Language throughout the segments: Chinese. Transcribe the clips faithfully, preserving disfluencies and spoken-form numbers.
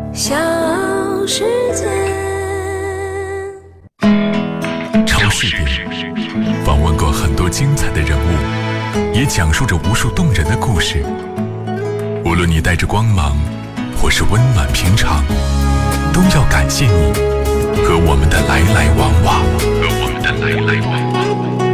小世界。 超视点访问过很多精彩的人物，也讲述着无数动人的故事。无论你带着光芒，或是温暖平常，都要感谢你和我们的来来往往，和我们的来来往往。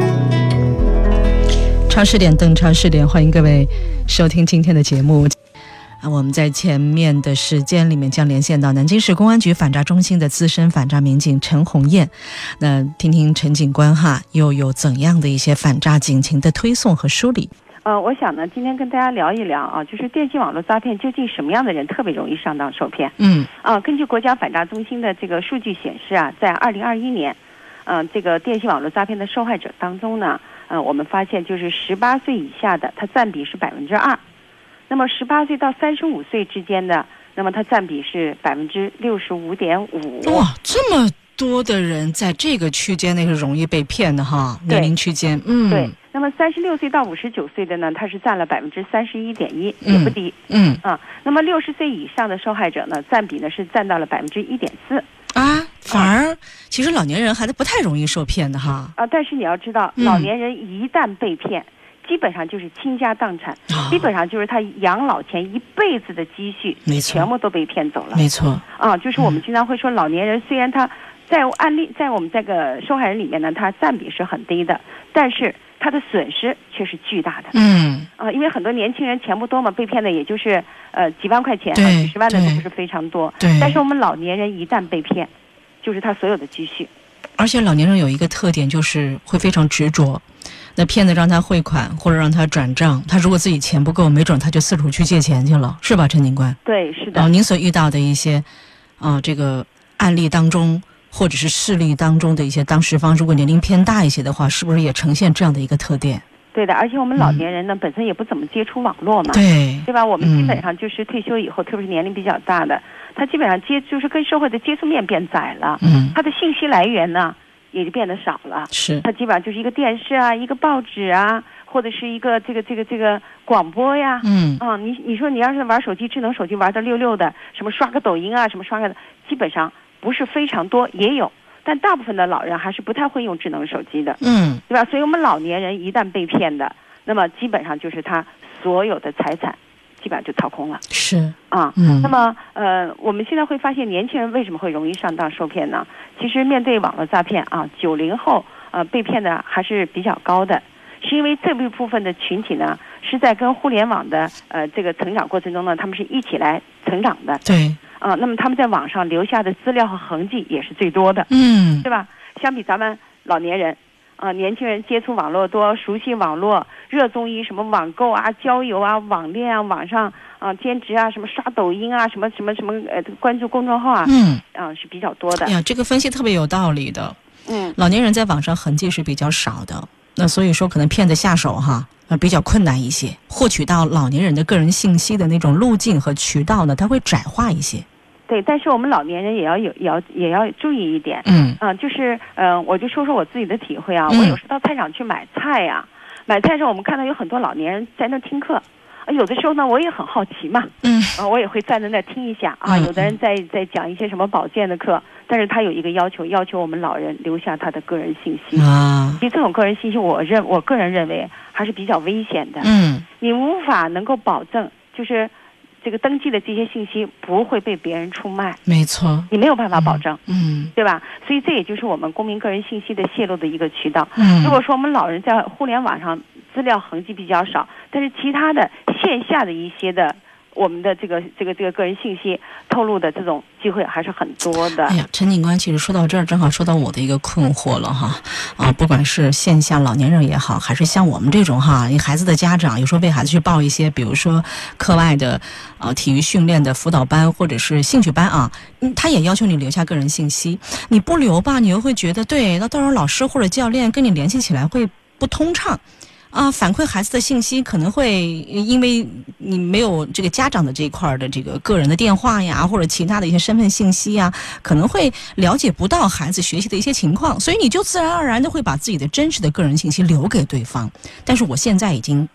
超视点邓超视点，欢迎各位收听今天的节目。我们在前面的时间里面将连线到南京市公安局反诈中心的资深反诈民警陈红艳，那听听陈警官哈又有怎样的一些反诈警情的推送和梳理。 呃，我想呢，今天跟大家聊一聊啊，就是电信网络诈骗究竟什么样的人特别容易上当受骗？嗯，啊，根据国家反诈中心的这个数据显示啊，在二零二一年，嗯、呃，这个电信网络诈骗的受害者当中呢，呃，我们发现就是十八岁以下的，它占比是百分之二。那么十八岁到三十五岁之间的，那么它占比是百分之六十五点五。 哇，这么多的人在这个区间内是容易被骗的哈，年龄区间。嗯， 对。那么三十六岁到五十九岁的呢，它是占了百分之三十一点一，也不低。嗯啊，那么六十岁以上的受害者呢，占比呢是占到了百分之一点四。 啊，反而、啊、其实老年人还是不太容易受骗的哈。 啊，但是你要知道，嗯、老年人一旦被骗。基本上就是倾家荡产、哦，基本上就是他养老前一辈子的积蓄， 没错， 全部都被骗走了。 没错， 啊，就是我们经常会说，老年人虽然他在案例在我们这个受害人里面呢，他占比是很低的，但是他的损失却是巨大的。嗯，啊，因为很多年轻人钱不多嘛，被骗的也就是呃几万块钱啊，几十万的都不是非常多。对，但是我们老年人一旦被骗，就是他所有的积蓄。 而且老年人有一个特点，就是会非常执着。那骗子让他汇款或者让他转账，他如果自己钱不够，没准他就四处去借钱去了，是吧，陈警官？ 对，是的。 哦，您所遇到的一些，啊、呃，这个案例当中，或者是事例当中的一些当事方，如果年龄偏大一些的话，是不是也呈现这样的一个特点？ 对的，而且我们老年人呢，嗯、本身也不怎么接触网络嘛， 对， 对吧？我们基本上就是退休以后，嗯、特别是年龄比较大的，他基本上接就是跟社会的接触面变窄了，嗯，他的信息来源呢？也就变得少了， 是它基本上就是一个电视啊，一个报纸啊，或者是一个这个这个这个广播呀，嗯啊，你你说你要是玩手机，智能手机玩的溜溜的，什么刷个抖音啊，什么刷个的，基本上不是非常多，也有，但大部分的老人还是不太会用智能手机的，嗯，对吧？所以我们老年人一旦被骗的，那么基本上就是他所有的财产。基本上就掏空了， 是啊，嗯，那么呃，我们现在会发现年轻人为什么会容易上当受骗呢？其实面对网络诈骗啊，九零后呃被骗的还是比较高的，是因为这一部分的群体呢是在跟互联网的呃这个成长过程中呢，他们是一起来成长的， 对， 啊，那么他们在网上留下的资料和痕迹也是最多的， 嗯， 对吧？相比咱们老年人。啊、呃，年轻人接触网络多，熟悉网络，热衷于什么网购啊、交友啊、网恋啊、网上啊、呃、兼职啊、什么刷抖音啊、什么什么什么呃关注公众号啊，嗯，啊、呃、是比较多的。 哎呀，这个分析特别有道理的。嗯，老年人在网上痕迹是比较少的，那所以说可能骗子下手哈，呃比较困难一些，获取到老年人的个人信息的那种路径和渠道呢，它会窄化一些。 对，但是我们老年人也要有，也要也要注意一点。嗯，啊、呃，就是嗯、呃，我就说说我自己的体会啊。嗯、我有时到菜场去买菜呀、啊，买菜的时候我们看到有很多老年人在那听课，啊，有的时候呢我也很好奇嘛，嗯，啊，我也会站在那听一下啊。有的人在在讲一些什么保健的课，但是他有一个要求，要求我们老人留下他的个人信息啊。其实这种个人信息，我认我个人认为还是比较危险的。嗯，你无法能够保证就是。这个登记的这些信息不会被别人出卖， 没错， 你没有办法保证， 嗯， 嗯对吧？所以这也就是我们公民个人信息的泄露的一个渠道。嗯，如果说我们老人在互联网上资料痕迹比较少，但是其他的线下的一些的我们的这个这个这个个人信息透露的这种机会还是很多的。 哎呀，陈警官，其实说到这儿，正好说到我的一个困惑了哈。啊，不管是线下老年人也好，还是像我们这种哈，孩子的家长，有时候为孩子去报一些，比如说课外的呃体育训练的辅导班或者是兴趣班啊，嗯，他也要求你留下个人信息，你不留吧，你又会觉得对，那到时候老师或者教练跟你联系起来会不通畅。啊，反馈孩子的信息可能会因为你没有这个家长的这一块的这个个人的电话呀，或者其他的一些身份信息呀，可能会了解不到孩子学习的一些情况，所以你就自然而然的会把自己的真实的个人信息留给对方。但是我现在已经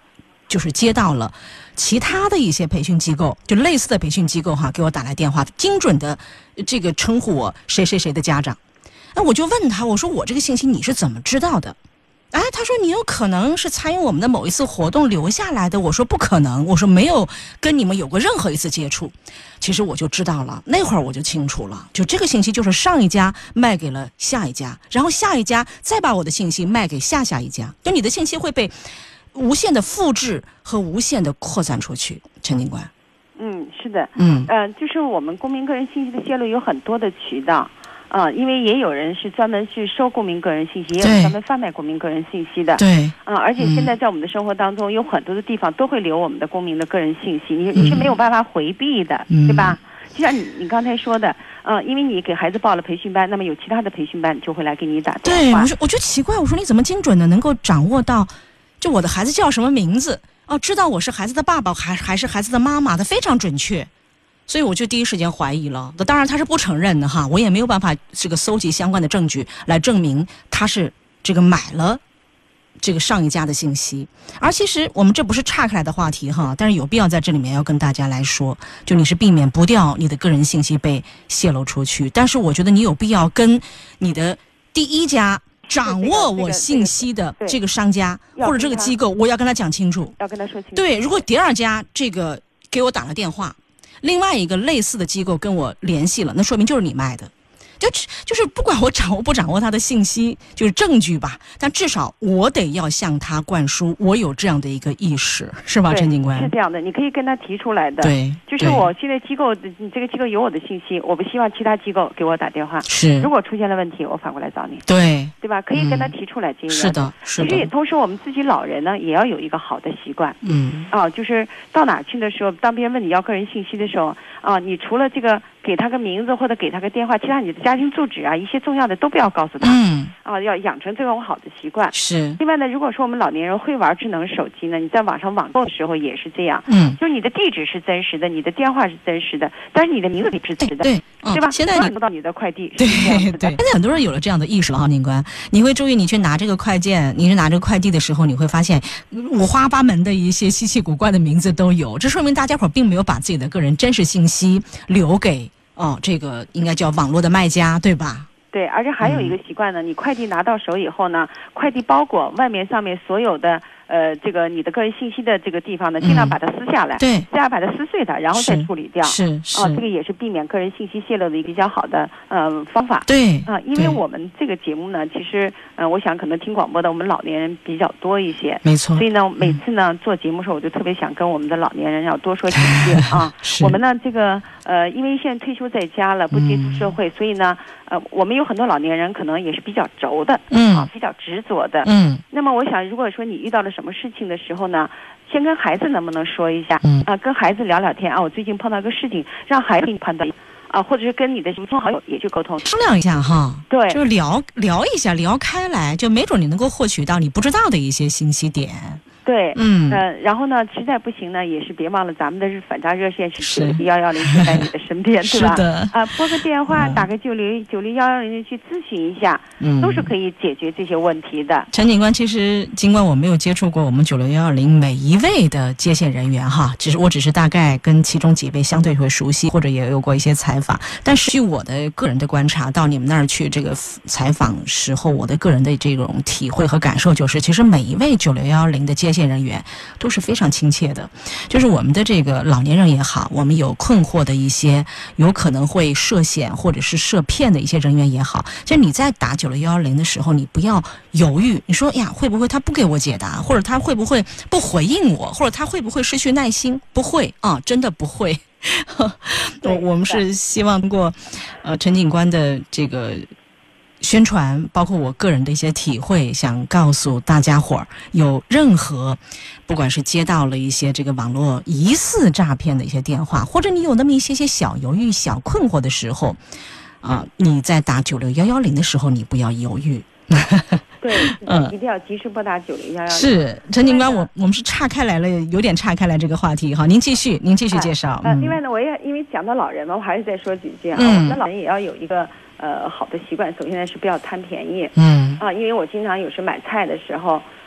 就是接到了其他的一些培训机构，就类似的培训机构哈，给我打来电话，精准的这个称呼我谁谁谁的家长。那我就问他，我说我这个信息你是怎么知道的？哎，他说你有可能是参与我们的某一次活动留下来的。我说不可能，我说没有跟你们有过任何一次接触。其实我就知道了，那会儿我就清楚了，就这个信息就是上一家卖给了下一家，然后下一家再把我的信息卖给下下一家，就你的信息会被无限的复制和无限的扩散出去。陈警官。 嗯，是的， 嗯， 呃，就是我们公民个人信息的泄露有很多的渠道。啊、呃，因为也有人是专门去收公民个人信息，也有专门贩卖公民个人信息的。 对。 啊、呃，而且现在在我们的生活当中，有很多的地方都会留我们的公民的个人信息，你你是没有办法回避的，嗯、对吧？就像你你刚才说的，嗯、呃，因为你给孩子报了培训班，那么有其他的培训班就会来给你打电话。 对，我说我就奇怪，我说你怎么精准的能够掌握到，就我的孩子叫什么名字？哦，知道我是孩子的爸爸，还还是孩子的妈妈，他非常准确。所以我就第一时间怀疑了，当然他是不承认的哈，我也没有办法这个搜集相关的证据来证明他是这个买了这个上一家的信息。而其实我们这不是岔开来的话题哈，但是有必要在这里面要跟大家来说，就你是避免不掉你的个人信息被泄露出去，但是我觉得你有必要跟你的第一家掌握我信息的这个商家或者这个机构，我要跟他讲清楚， 要跟他说清楚。 对，如果第二家这个给我打了电话，另外一个类似的机构跟我联系了，那说明就是你卖的。就就是不管我掌握不掌握他的信息，就是证据吧，但至少我得要向他灌输我有这样的一个意识，是吧，陈警官？ 是这样的，你可以跟他提出来的。 对， 就是我现在机构你这个机构有我的信息，我不希望其他机构给我打电话。 是， 如果出现了问题，我反过来找你。 对， 对吧？可以跟他提出来这个、嗯。 是的，是的。 其实也同时，我们自己老人呢，也要有一个好的习惯。 嗯。 啊，就是到哪去的时候，当别人问你要个人信息的时候，啊，你除了这个给他个名字或者给他个电话，其他你的家庭住址啊，一些重要的都不要告诉他。 嗯。 啊，要养成这种好的习惯。 是。 另外呢，如果说我们老年人会玩智能手机呢，你在网上网购的时候也是这样。 嗯。 就是你的地址是真实的，你的电话是真实的，但是你的名字不是真实的。 对。 对吧？ 现在你收到你的快递， 对对，现在很多人有了这样的意识了哈，警官，你会注意你去拿这个快件，你是拿这个快递的时候，你会发现五花八门的一些稀奇古怪的名字都有，这说明大家伙并没有把自己的个人真实信息留给哦，这个应该叫网络的卖家，对吧？ 对，而且还有一个习惯呢，嗯、你快递拿到手以后呢，快递包裹外面上面所有的。呃，这个你的个人信息的这个地方呢，尽量把它撕下来， 对、嗯， 尽量把它撕碎它，然后再处理掉。 是是啊，这个也是避免个人信息泄露的一个比较好的呃方法。 对啊，因为我们这个节目呢，其实呃，我想可能听广播的我们老年人比较多一些， 没错。 所以呢，每次呢、嗯、做节目的时候，我就特别想跟我们的老年人要多说几句啊。我们呢，这个呃，因为现在退休在家了，不接触社会，嗯、所以呢，呃，我们有很多老年人可能也是比较轴的， 嗯， 啊，比较执着的， 嗯。 那么我想，如果说你遇到了什么事情的时候呢，先跟孩子能不能说一下？ 嗯啊，跟孩子聊聊天啊，我最近碰到一个事情，让孩子给你判断啊，或者是跟你的亲朋好友也去沟通， 商量一下哈。 对， 就是聊聊一下，聊开来，就没准你能够获取到你不知道的一些信息点。 对， 嗯， 呃，然后呢，实在不行呢，也是别忘了咱们的反诈热线是九零幺幺零就在你的身边，对吧？ 是的， 啊，拨个电话，打个九零九零幺幺零去咨询一下， 嗯， 都是可以解决这些问题的。 陈警官，其实尽管我没有接触过我们九零幺幺零每一位的接线人员哈，只是我只是大概跟其中几位相对会熟悉，或者也有过一些采访。但是据我的个人的观察，到你们那儿去这个采访时候，我的个人的这种体会和感受就是，其实每一位九零幺幺零的接线人员都是非常亲切的，就是我们的这个老年人也好，我们有困惑的一些有可能会涉险或者是涉骗的一些人员也好，其实你在打九六幺幺零的时候，你不要犹豫，你说呀会不会他不给我解答，或者他会不会不回应我，或者他会不会失去耐心？不会啊，真的不会。我我们是希望通过呃陈警官的这个宣传，包括我个人的一些体会，想告诉大家伙儿，有任何不管是接到了一些这个网络疑似诈骗的一些电话，或者你有那么一些些小犹豫、小困惑的时候，啊、呃，你在打九六幺幺零的时候，你不要犹豫。 对，嗯，一定要及时拨打九零幺幺零。 是陈警官，我我们是岔开来了，有点岔开来这个话题哈。您继续，您继续介绍。 呃，嗯、另外呢，我也因为讲到老人嘛，我还是再说几句啊。嗯，那老人也要有一个呃好的习惯，首先呢是不要贪便宜。 嗯。 啊，因为我经常有时买菜的时候，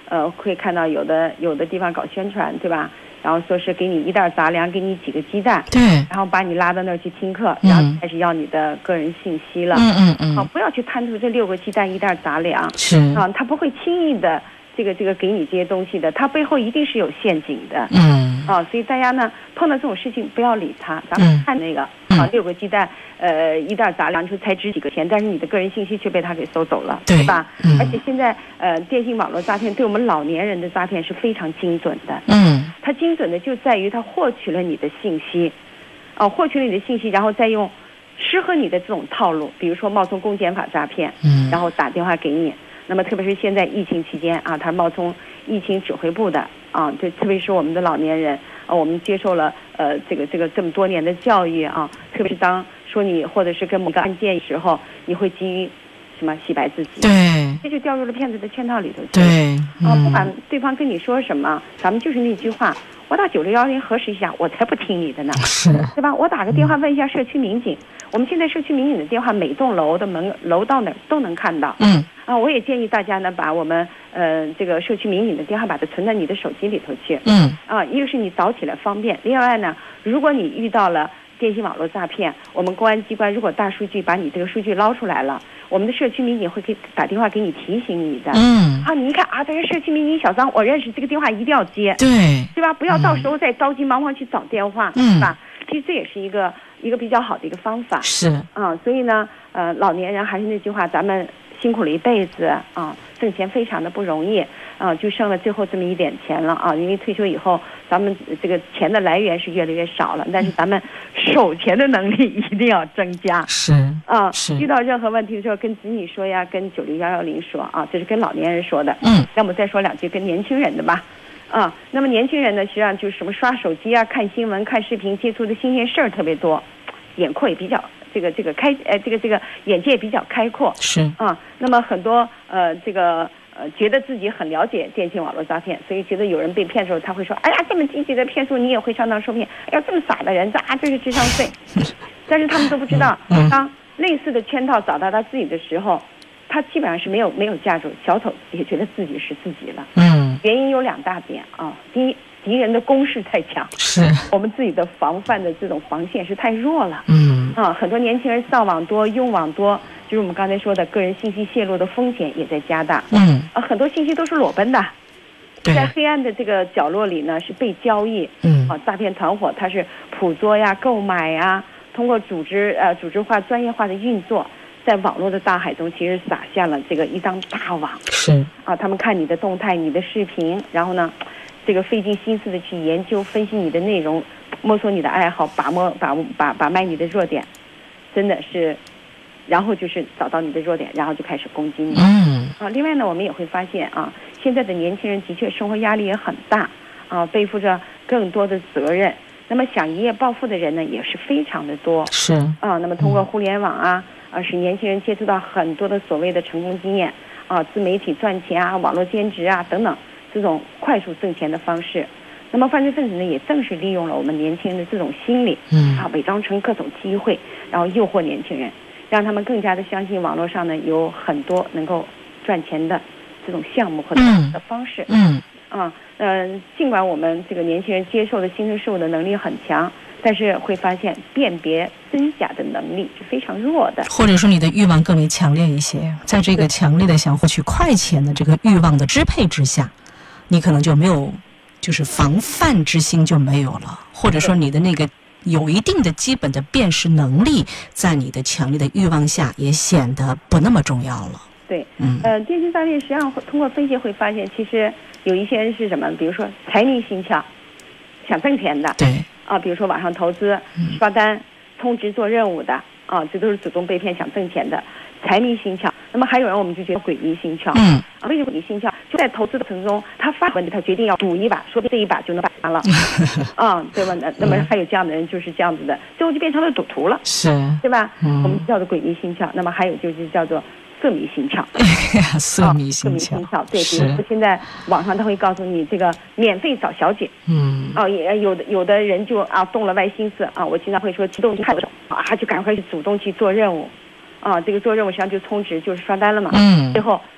呃，会看到有的有的地方搞宣传，对吧？然后说是给你一袋杂粮，给你几个鸡蛋， 对， 然后把你拉到那儿去听课，然后开始要你的个人信息了。 嗯嗯嗯。 啊，不要去贪图这六个鸡蛋一袋杂粮。 是。 啊，他不会轻易的这个这个给你这些东西的，他背后一定是有陷阱的。 嗯。 啊，所以大家呢碰到这种事情不要理他，咱们看那个、嗯、啊，六个鸡蛋，呃，一袋杂粮就才值几个钱，但是你的个人信息却被他给收走了，对, 对吧？嗯。而且现在呃，电信网络诈骗对我们老年人的诈骗是非常精准的。嗯。它精准的就在于它获取了你的信息，哦、呃，获取了你的信息，然后再用适合你的这种套路，比如说冒充公检法诈骗，嗯，然后打电话给你。那么特别是现在疫情期间啊，他冒充疫情指挥部的啊，就特别是我们的老年人啊，我们接受了呃这个这个这么多年的教育啊，特别是当说你或者是跟某个案件的时候，你会基于什么洗白自己， 对， 这就掉入了骗子的圈套里头去。 对， 嗯、啊，不管对方跟你说什么，咱们就是那句话，我打九六幺零核实一下，我才不听你的呢， 是， 对吧？我打个电话问一下社区民警，我们现在社区民警的电话每栋楼的门楼到哪都能看到。嗯。啊，我也建议大家呢，把我们呃这个社区民警的电话把它存在你的手机里头去。嗯。啊，一个是你找起来方便，另外呢，如果你遇到了电信网络诈骗，我们公安机关如果大数据把你这个数据捞出来了，我们的社区民警会给打电话给你提醒你的。嗯。啊，你一看啊，这个社区民警小张，我认识，这个电话一定要接。 对。 对吧？不要到时候再着急忙慌去找电话，嗯，是吧？其实这也是一个一个比较好的一个方法。 是。 啊，所以呢，呃，老年人还是那句话，咱们辛苦了一辈子啊，挣钱非常的不容易啊，就剩了最后这么一点钱了啊。因为退休以后，咱们这个钱的来源是越来越少了，但是咱们守钱的能力一定要增加。 是啊， 是。 遇到任何问题的时候，跟子女说呀，跟九六幺幺零说啊，这是跟老年人说的。嗯。那么再说两句跟年轻人的吧。啊，那么年轻人呢，实际上就是什么刷手机啊、看新闻、看视频，接触的新鲜事儿特别多，眼廓也比较这个这个开呃这个这个眼界也比较开阔。 是啊，那么很多呃这个呃觉得自己很了解电信网络诈骗，所以觉得有人被骗的时候，他会说：“哎呀，这么积极的骗术，你也会上当受骗？哎呀，这么傻的人，这啊这是智商税。”但是他们都不知道，当类似的圈套找到他自己的时候，他基本上是没有没有架住，小丑也觉得自己是自己了。嗯。原因有两大点啊，第一，敌人的攻势太强， 是我们自己的防范的这种防线是太弱了。嗯啊，很多年轻人上网多、用网多，就是我们刚才说的个人信息泄露的风险也在加大。嗯啊，很多信息都是裸奔的，在黑暗的这个角落里呢是被交易。嗯啊，诈骗团伙它是捕捉呀、购买呀，通过组织呃组织化、专业化的运作。在网络的大海中，其实撒下了这个一张大网。 是啊，他们看你的动态、你的视频，然后呢，这个费尽心思的去研究、分析你的内容，摸索你的爱好，把摸、把把把脉你的弱点，真的是，然后就是找到你的弱点，然后就开始攻击你。嗯。啊，另外呢，我们也会发现啊，现在的年轻人的确生活压力也很大啊，背负着更多的责任。那么想一夜暴富的人呢，也是非常的多。 是啊，那么通过互联网啊。啊，使年轻人接触到很多的所谓的成功经验啊，自媒体赚钱啊，网络兼职啊等等这种快速挣钱的方式。那么犯罪分子呢，也正是利用了我们年轻人的这种心理，嗯啊，伪装成各种机会，然后诱惑年轻人，让他们更加的相信网络上呢有很多能够赚钱的这种项目和的方式。嗯啊嗯、呃，尽管我们这个年轻人接受的新生事物的能力很强。但是会发现辨别真假的能力是非常弱的， 或者说你的欲望更为强烈一些，在这个强烈的想获取快钱的这个欲望的支配之下，你可能就没有，就是防范之心就没有了，或者说你的那个有一定的基本的辨识能力，在你的强烈的欲望下也显得不那么重要了。 对，嗯，呃，电信诈骗实际上通过分析会发现，其实有一些人是什么，比如说财迷心窍，想挣钱的， 对。 啊，比如说网上投资、刷单、充值做任务的啊，这都是主动被骗想挣钱的，财迷心窍。那么还有人我们就觉得诡异心窍，嗯，啊，为什么诡异心窍？就在投资的过程中，他发问题，他决定要赌一把，说不定这一把就能把了，啊，对吧？那那么还有这样的人就是这样子的，最后就变成了赌徒了， 是， 对吧？嗯，我们叫做诡异心窍。那么还有就是叫做色迷心窍， 色迷心窍， 色迷心窍，对，比如说现在网上他会告诉你这个免费找小姐，嗯，哦，也有的有的人就啊动了歪心思啊，我经常会说激动太啊，就赶快去主动去做任务，啊，这个做任务实际上就充值就是刷单了嘛，嗯，最后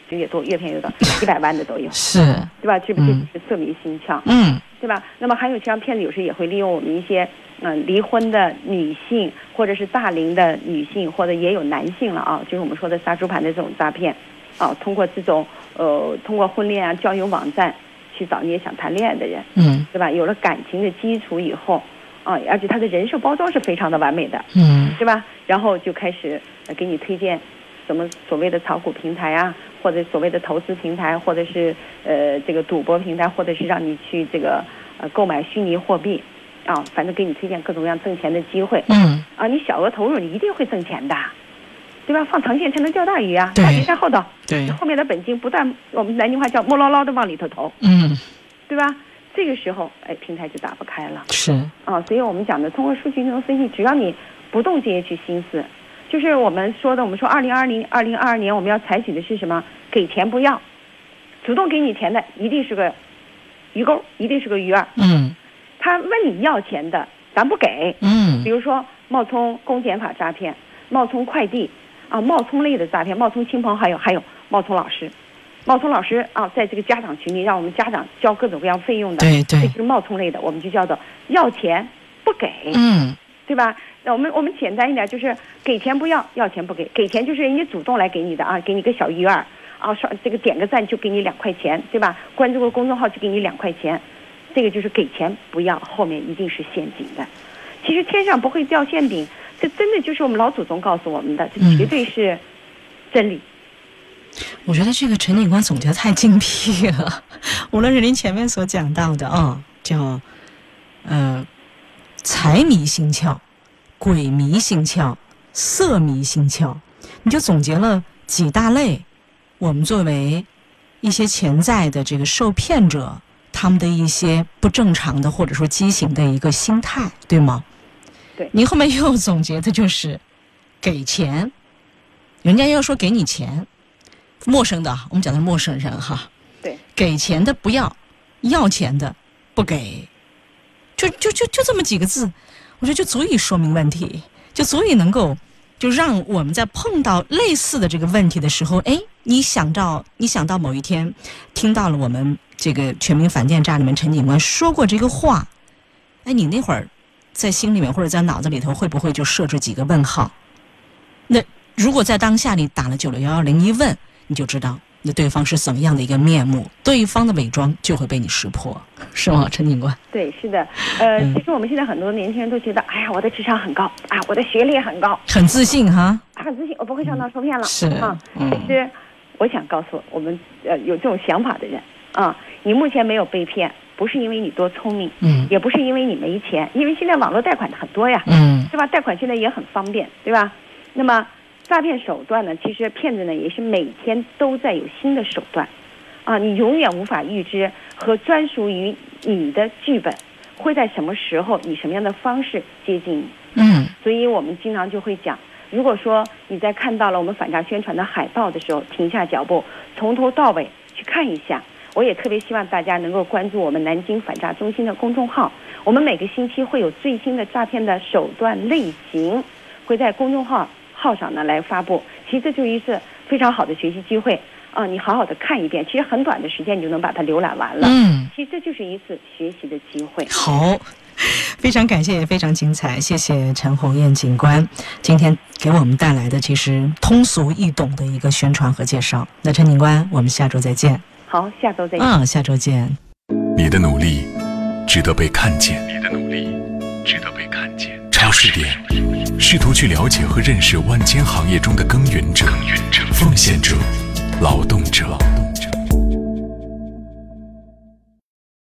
越多越便宜的，几百万的都有， 是， 对吧？这不就是色迷心窍？ 嗯， 对吧？那么还有这样骗子有时也会利用我们一些嗯、呃、离婚的女性，或者是大龄的女性，或者也有男性了啊，就是我们说的杀猪盘的这种诈骗啊，通过这种呃通过婚恋啊交友网站去找那些想谈恋爱的人， 嗯， 对吧？有了感情的基础以后啊，而且他的人设包装是非常的完美的， 嗯， 对吧？然后就开始给你推荐什么所谓的炒股平台啊，或者所谓的投资平台，或者是呃这个赌博平台，或者是让你去这个呃购买虚拟货币啊，反正给你推荐各种各样挣钱的机会。 嗯， 啊，你小额投入你一定会挣钱的，对吧？放长线才能钓大鱼啊， 对大鱼在后头， 对， 后面的本金不断，我们南京话叫摸捞捞的往里头投， 嗯， 对吧？这个时候，哎，平台就打不开了。 是啊，所以我们讲的，通过数据这种分析，只要你不动这些去心思，就是我们说的，我们说二零二零、二零二二年我们要采取的是什么？给钱不要，主动给你钱的一定是个鱼钩，一定是个鱼儿。 嗯， 他问你要钱的，咱不给。 嗯， 比如说冒充公检法诈骗、冒充快递啊、冒充类的诈骗、冒充亲朋好友，还有冒充老师。冒充老师啊，在这个家长群里让我们家长交各种各样费用的， 对对， 这就是冒充类的，我们就叫做要钱不给， 嗯， 对吧？那我们我们简单一点，就是给钱不要，要钱不给。给钱就是人家主动来给你的啊，给你个小鱼儿啊，刷这个点个赞就给你两块钱，对吧？关注个公众号就给你两块钱，这个就是给钱不要，后面一定是陷阱的。其实天上不会掉馅饼，这真的就是我们老祖宗告诉我们的，这绝对是真理。嗯， 我觉得这个陈警官总结的太精辟了，无论是您前面所讲到的啊，叫呃财迷心窍、鬼迷心窍、色迷心窍，你就总结了几大类，我们作为一些潜在的这个受骗者，他们的一些不正常的或者说畸形的一个心态，对吗？ 对。 您后面又总结的就是给钱，人家要说给你钱。陌生的，我们讲的陌生人哈， 对， 给钱的不要，要钱的不给，就就就就这么几个字，我觉得就足以说明问题，就足以能够就让我们在碰到类似的这个问题的时候，哎，你想到你想到某一天听到了我们这个全民反电诈里面陈警官说过这个话，哎，你那会儿在心里面或者在脑子里头会不会就设置几个问号？那如果在当下你打了九六幺幺零一问，你就知道那对方是怎么样的一个面目，对方的伪装就会被你识破，是吗，陈警官？ 对，是的。呃，嗯、其实我们现在很多年轻人都觉得，哎呀，我的智商很高啊，我的学历很高， 很自信哈， 很自信，我不会上当受骗了。 是啊， 嗯、 其实我想告诉我们呃有这种想法的人啊，你目前没有被骗，不是因为你多聪明， 嗯， 也不是因为你没钱，因为现在网络贷款的很多呀， 嗯， 对吧？贷款现在也很方便，对吧？那么诈骗手段呢，其实骗子呢也是每天都在有新的手段，啊，你永远无法预知和专属于你的剧本会在什么时候以什么样的方式接近你。 嗯， 所以我们经常就会讲，如果说你在看到了我们反诈宣传的海报的时候，停下脚步，从头到尾去看一下。我也特别希望大家能够关注我们南京反诈中心的公众号，我们每个星期会有最新的诈骗的手段类型，会在公众号号上呢来发布。其实这就是一次非常好的学习机会啊！你好好的看一遍，其实很短的时间你就能把它浏览完了。 嗯， 其实这就是一次学习的机会。 好，非常感谢，也非常精彩，谢谢陈红艳警官今天给我们带来的其实通俗易懂的一个宣传和介绍。那陈警官，我们下周再见。 好，下周再见。 嗯，下周见。 你的努力值得被看见，你的努力值得被看见。超视点，试图去了解和认识万千行业中的耕耘者、奉献者、劳动者。